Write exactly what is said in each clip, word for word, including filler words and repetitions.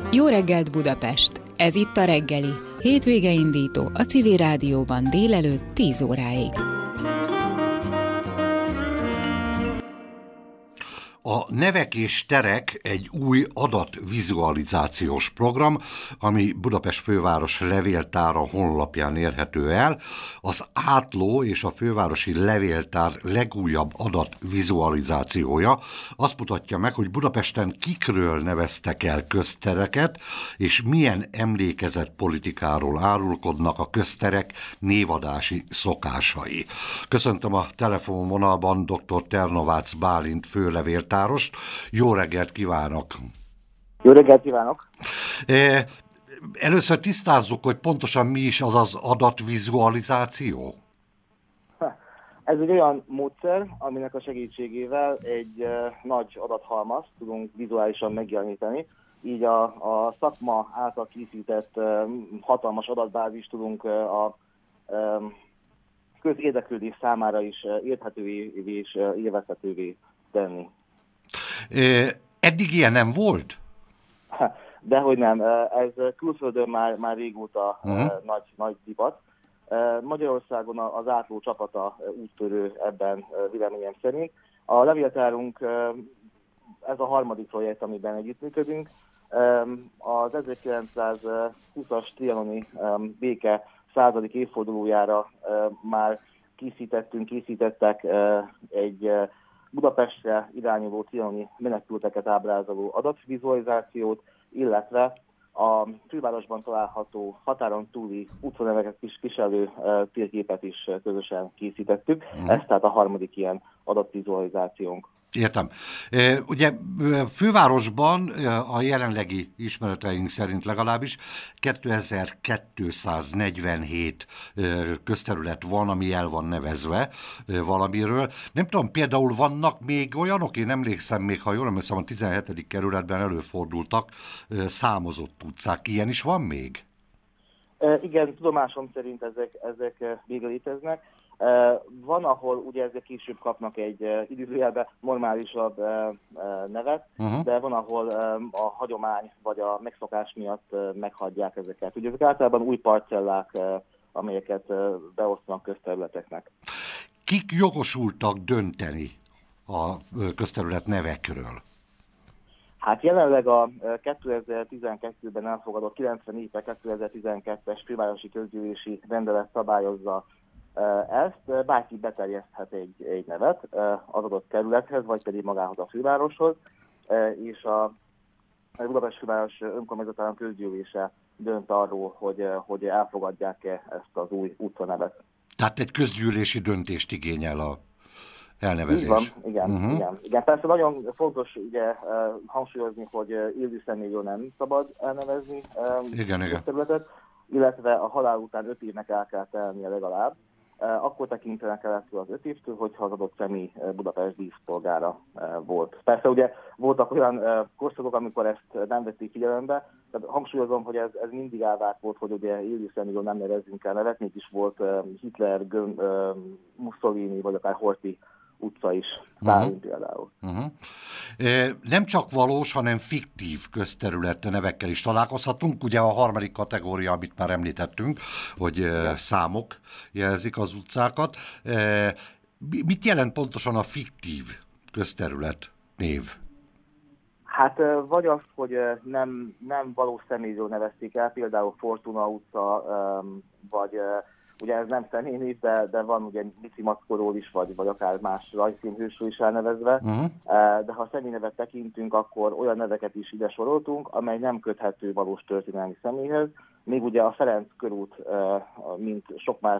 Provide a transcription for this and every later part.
Jó reggelt Budapest! Ez itt a reggeli, hétvége indító a Civil Rádióban délelőtt tíz óráig. A Nevek és terek egy új adatvizualizációs program, ami Budapest főváros levéltára honlapján érhető el. Az Átló és a fővárosi levéltár legújabb adatvizualizációja azt mutatja meg, hogy Budapesten kikről neveztek el köztereket, és milyen emlékezett politikáról árulkodnak a közterek névadási szokásai. Köszöntöm a telefonvonalban dr. Ternovácz Bálint főlevéltár. Jó reggelt kívánok! Jó reggelt kívánok! Először tisztázzuk, hogy pontosan mi is az az adatvizualizáció? Ez egy olyan módszer, aminek a segítségével egy uh, nagy adathalmazt tudunk vizuálisan megjeleníteni. Így a, a szakma által készített uh, hatalmas adatbázist tudunk uh, a uh, közérdeklődés számára is uh, érthetővé és uh, élvezhetővé tenni. Eddig ilyen nem volt? Dehogy nem. Ez külföldön már, már régóta uh-huh. nagy, nagy divat. Magyarországon az Átló csapata úttörő ebben véleményem szerint. A levéltárunk ez a harmadik projekt, amiben együttműködünk. Az ezerkilencszázhúszas trianoni béke századik évfordulójára már készítettünk, készítettek egy Budapestre irányuló trianoni menekülteket ábrázoló adatvizualizációt, illetve a fővárosban található határon túli útvonaleket is viselő térképet is közösen készítettük. Mm. Ez tehát a harmadik ilyen adatvizualizációnk. Értem. Ugye fővárosban a jelenlegi ismereteink szerint legalábbis kétezer-kétszáznegyvenhét közterület van, ami el van nevezve valamiről. Nem tudom, például vannak még olyanok, én emlékszem még, ha jól emlékszem, a tizenhetedik kerületben előfordultak számozott utcák. Ilyen is van még? Igen, tudomásom szerint ezek, ezek még léteznek. Van, ahol ugye ezek később kapnak egy idézőjelben normálisabb nevet, uh-huh. de van, ahol a hagyomány vagy a megszokás miatt meghagyják ezeket. Ugye ezek általában új parcellák, amelyeket beosztanak közterületeknek. Kik jogosultak dönteni a közterület nevekről? Hát jelenleg a kétezer-tizenkettőben elfogadott kilencvennégy per kétezer-tizenkettes fővárosi közgyűlési rendelet szabályozza ezt. Bárki beterjeszthet egy, egy nevet az adott kerülethez, vagy pedig magához a fővároshoz, és a Budapest főváros önkormányzatának közgyűlése dönt arról, hogy, hogy elfogadják-e ezt az új útvonevet. Tehát egy közgyűlési döntést igényel a elnevezés. Így van, igen, uh-huh. igen, igen. Persze nagyon fontos ugye hangsúlyozni, hogy élő személyről nem szabad elnevezni igen, a területet, illetve a halál után öt évnek el kell telnie legalább. Akkor tekintenek keresztül az öt évtől, hogyha az adott személy Budapest díszpolgára volt. Persze ugye voltak olyan korszakok, amikor ezt nem vették figyelembe, tehát hangsúlyozom, hogy ez, ez mindig elvárt volt, hogy ugye élő személyről nem nevezzünk el nevet, mégis volt Hitler, Gön, Mussolini, vagy akár Horthy utca is, Sztálin uh-huh. például. Uh-huh. E, nem csak valós, hanem fiktív közterület nevekkel is találkozhatunk. Ugye a harmadik kategória, amit már említettünk, hogy e, számok jelzik az utcákat. E, mit jelent pontosan a fiktív közterület név? Hát vagy az, hogy nem, nem valós személyről nevezték el, például Fortuna utca, vagy ugye ez nem személynév, de, de van ugye Mici Mackorról is, vagy, vagy akár más rajzfilmhősről is elnevezve. Uh-huh. De ha személynevet tekintünk, akkor olyan neveket is ide soroltunk, amely nem köthető valós történelmi személyhez. Még ugye a Ferenc körút, mint sok más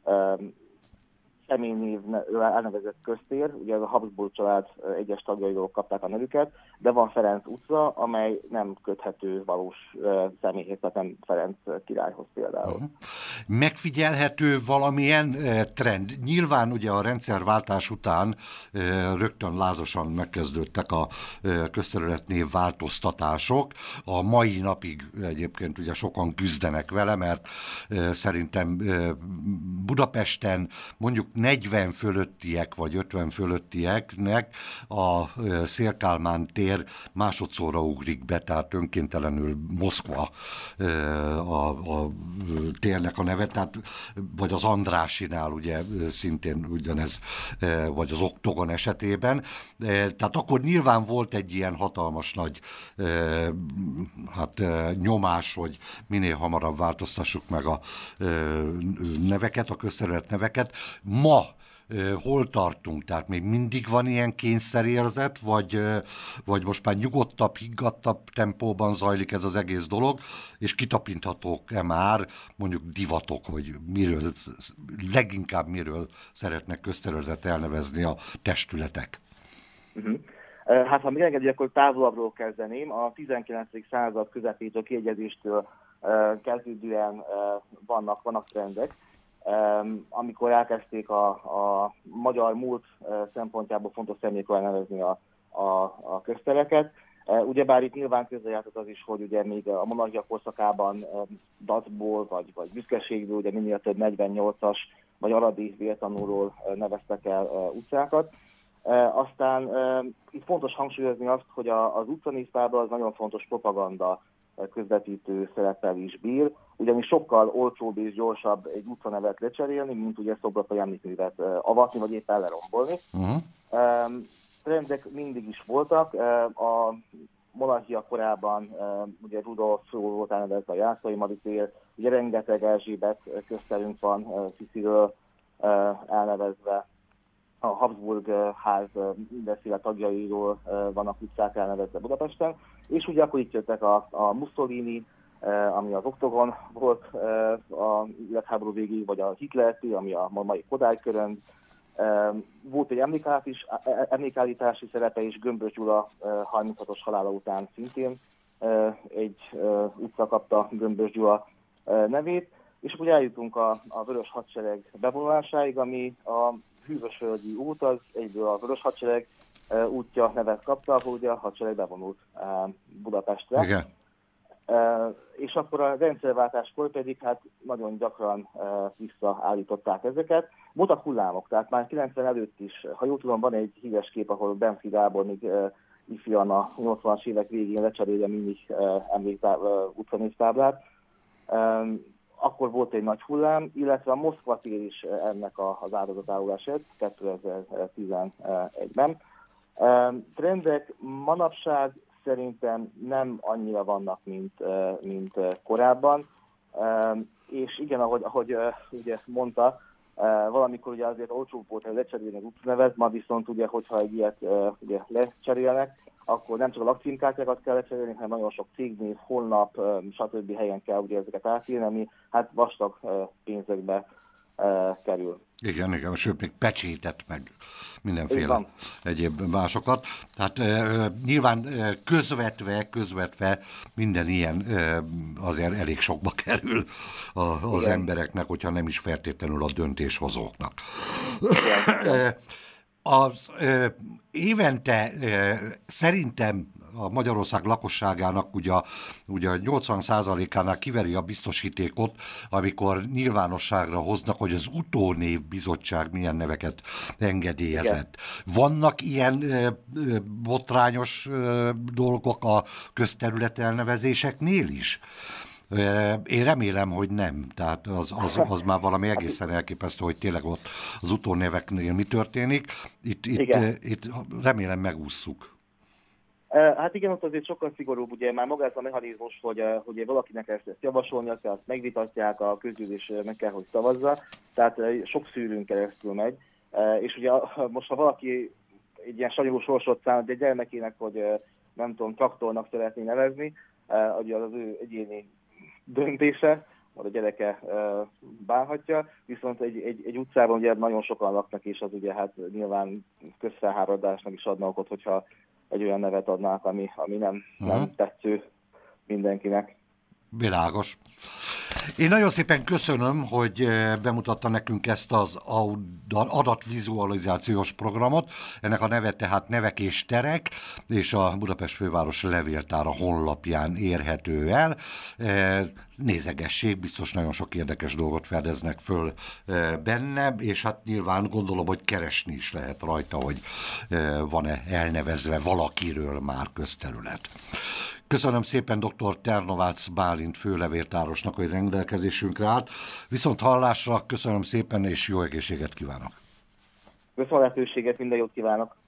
személynév elnevezett köztér, ugye ez a Habsburg család egyes tagjairól kapták a nevüket, de van Ferenc utca, amely nem köthető valós személyhez, tehát nem Ferenc királyhoz például. Uh-huh. Megfigyelhető valamilyen trend? Nyilván ugye a rendszerváltás után rögtön lázasan megkezdődtek a közterületnév változtatások. A mai napig egyébként ugye sokan küzdenek vele, mert szerintem Budapesten mondjuk negyven fölöttiek vagy ötven fölöttieknek a Széll Kálmán tér másodszorra ugrik be, tehát önkéntelenül Moszkva a, a térnek a neve, tehát, vagy az Andrásinál ugye szintén ugyanez, vagy az Oktogon esetében. Tehát akkor nyilván volt egy ilyen hatalmas nagy hát, nyomás, hogy minél hamarabb változtassuk meg a neveket, a közterület neveket. Ma hol tartunk? Tehát még mindig van ilyen kényszerérzet, vagy, vagy most már nyugodtabb, higgadtabb tempóban zajlik ez az egész dolog, és kitapinthatók-e már mondjuk divatok, hogy miről, leginkább miről szeretnek közterületet elnevezni a testületek? Uh-huh. Hát ha még engedi, akkor távolabbról kezdeném. A tizenkilencedik század közepétől kiegyezéstől kezdődően vannak, vannak trendek. Amikor elkezdték a, a magyar múlt szempontjából fontos személyekkel nevezni a, a, a köztereket. Ugyebár itt nyilván közrejátszott az is, hogy ugye még a monarchia korszakában dacból vagy, vagy büszkeségből ugye minél több negyvennyolcas vagy aradi vértanúról neveztek el utcákat. Aztán itt fontos hangsúlyozni azt, hogy az utcanévtábla az nagyon fontos propaganda közvetítő szereppel is bír, ugyanis sokkal olcsóbb és gyorsabb egy utcanevet lecserélni, mint ugye szokott vagy emlékművet avatni, vagy éppen lerombolni. Uh-huh. Trendek mindig is voltak. A monarchia korában ugye Rudolf volt elnevezve a Jászai Mari tér, ugye rengeteg Erzsébet közterünk van Szisziről elnevezve, a Habsburg ház mindenféle tagjairól vannak utcák elnevezve Budapesten, és ugye akkor itt jöttek a, a Mussolini, ami az Oktogon volt a világháború végéig, vagy a Hitlerti, ami a mai Kodály körön. Volt egy emlékállítási szerepe is, Gömbös Gyula harminchatos halála után szintén egy utca kapta Gömbös Gyula nevét, és akkor eljutunk a, a Vörös Hadsereg bevonulásáig, ami a Hűvösvölgyi út, az egyből a Vörös Hadsereg útja nevet kapta, ahol ugye a hadsereg bevonult Budapestre. Igen. És akkor a rendszerváltáskor pedig hát nagyon gyakran visszaállították ezeket. Voltak hullámok, tehát már kilencven előtt is, ha jól tudom, van egy híres kép, ahol Benfi Gábor még ifjan a nyolcvanas évek végén lecserélje mindig utcanévtáblát. Akkor volt egy nagy hullám, illetve a Moszkva tér is ennek az áldozatául esett kétezer-tizenegyben. Trendek manapság szerintem nem annyira vannak, mint, mint korábban. És igen, ahogy, ahogy ugye mondta, valamikor ugye azért olcsóbb volt lecserélni az útnevet, ma viszont ugye, hogyha egy ilyet ugye lecserélnek, akkor nem csak a lakcímkártyákat kell lecserélni, hanem nagyon sok cégnév, honlap, stb. Helyen kell ugye ezeket átírni, ami hát vastag pénzekbe kerül. Igen, igen, sőt, még pecsétet, meg mindenféle egyéb másokat. Tehát e, nyilván közvetve, közvetve minden ilyen e, azért elég sokba kerül a, az igen. embereknek, hogyha nem is feltétlenül a döntéshozóknak. Igen. Az ö, évente ö, szerintem a Magyarország lakosságának ugye, ugye nyolcvan százalékánál kiveri a biztosítékot, amikor nyilvánosságra hoznak, hogy az utónév bizottság milyen neveket engedélyezett. Igen. Vannak ilyen ö, ö, botrányos ö, dolgok a közterület elnevezéseknél is? Én remélem, hogy nem. Tehát az, az, az már valami egészen elképesztő, hogy tényleg ott az utónéveknél mi történik. Itt, itt, itt remélem megússzuk. Hát igen, ott azért sokkal szigorúbb, ugye már maga ez a mechanizmus, hogy, hogy valakinek ezt, ezt javasolnia kell, azt megvitatják, a közgyűlés meg kell, hogy szavazza. Tehát sok szűrőn keresztül megy. És ugye most, ha valaki egy ilyen sanyarú sorsot szám, de gyermekének, hogy nem tudom, traktornak szeretné nevezni, ugye az ő egyéni döntése, vagy a gyereke uh, bánhatja, viszont egy, egy, egy utcában ugye nagyon sokan laknak, és az ugye hát nyilván közfelháborodásnak is adna okot, hogyha egy olyan nevet adnák, ami, ami nem, uh-huh. nem tetsző mindenkinek. Világos. Én nagyon szépen köszönöm, hogy bemutatta nekünk ezt az adatvizualizációs programot. Ennek a neve tehát Nevek és Terek, és a Budapest Főváros Levéltára honlapján érhető el. Nézegessék, biztos nagyon sok érdekes dolgot fedeznek föl benne, és hát nyilván gondolom, hogy keresni is lehet rajta, hogy van-e elnevezve valakiről már közterület. Köszönöm szépen dr. Ternovácz Bálint főlevéltárosnak, hogy rendelkezésünkre állt. Viszont hallásra, köszönöm szépen, és jó egészséget kívánok! Köszönöm a lehetőséget, minden jót kívánok!